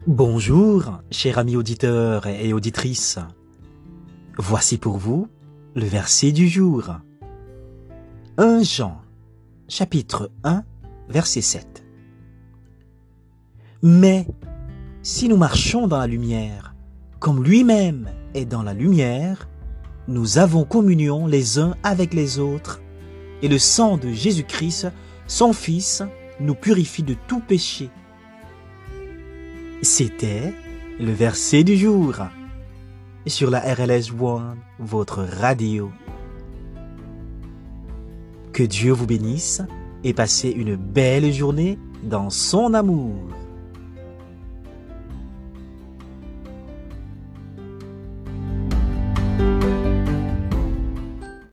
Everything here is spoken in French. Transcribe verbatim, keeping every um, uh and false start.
Bonjour, chers amis auditeurs et auditrices. Voici pour vous le verset du jour. premier Jean, chapitre un, verset sept. Mais si nous marchons dans la lumière, comme lui-même est dans la lumière, nous avons communion les uns avec les autres, et le sang de Jésus-Christ, son Fils, nous purifie de tout péché. C'était le verset du jour sur la R L S One, votre radio. Que Dieu vous bénisse et passez une belle journée dans son amour.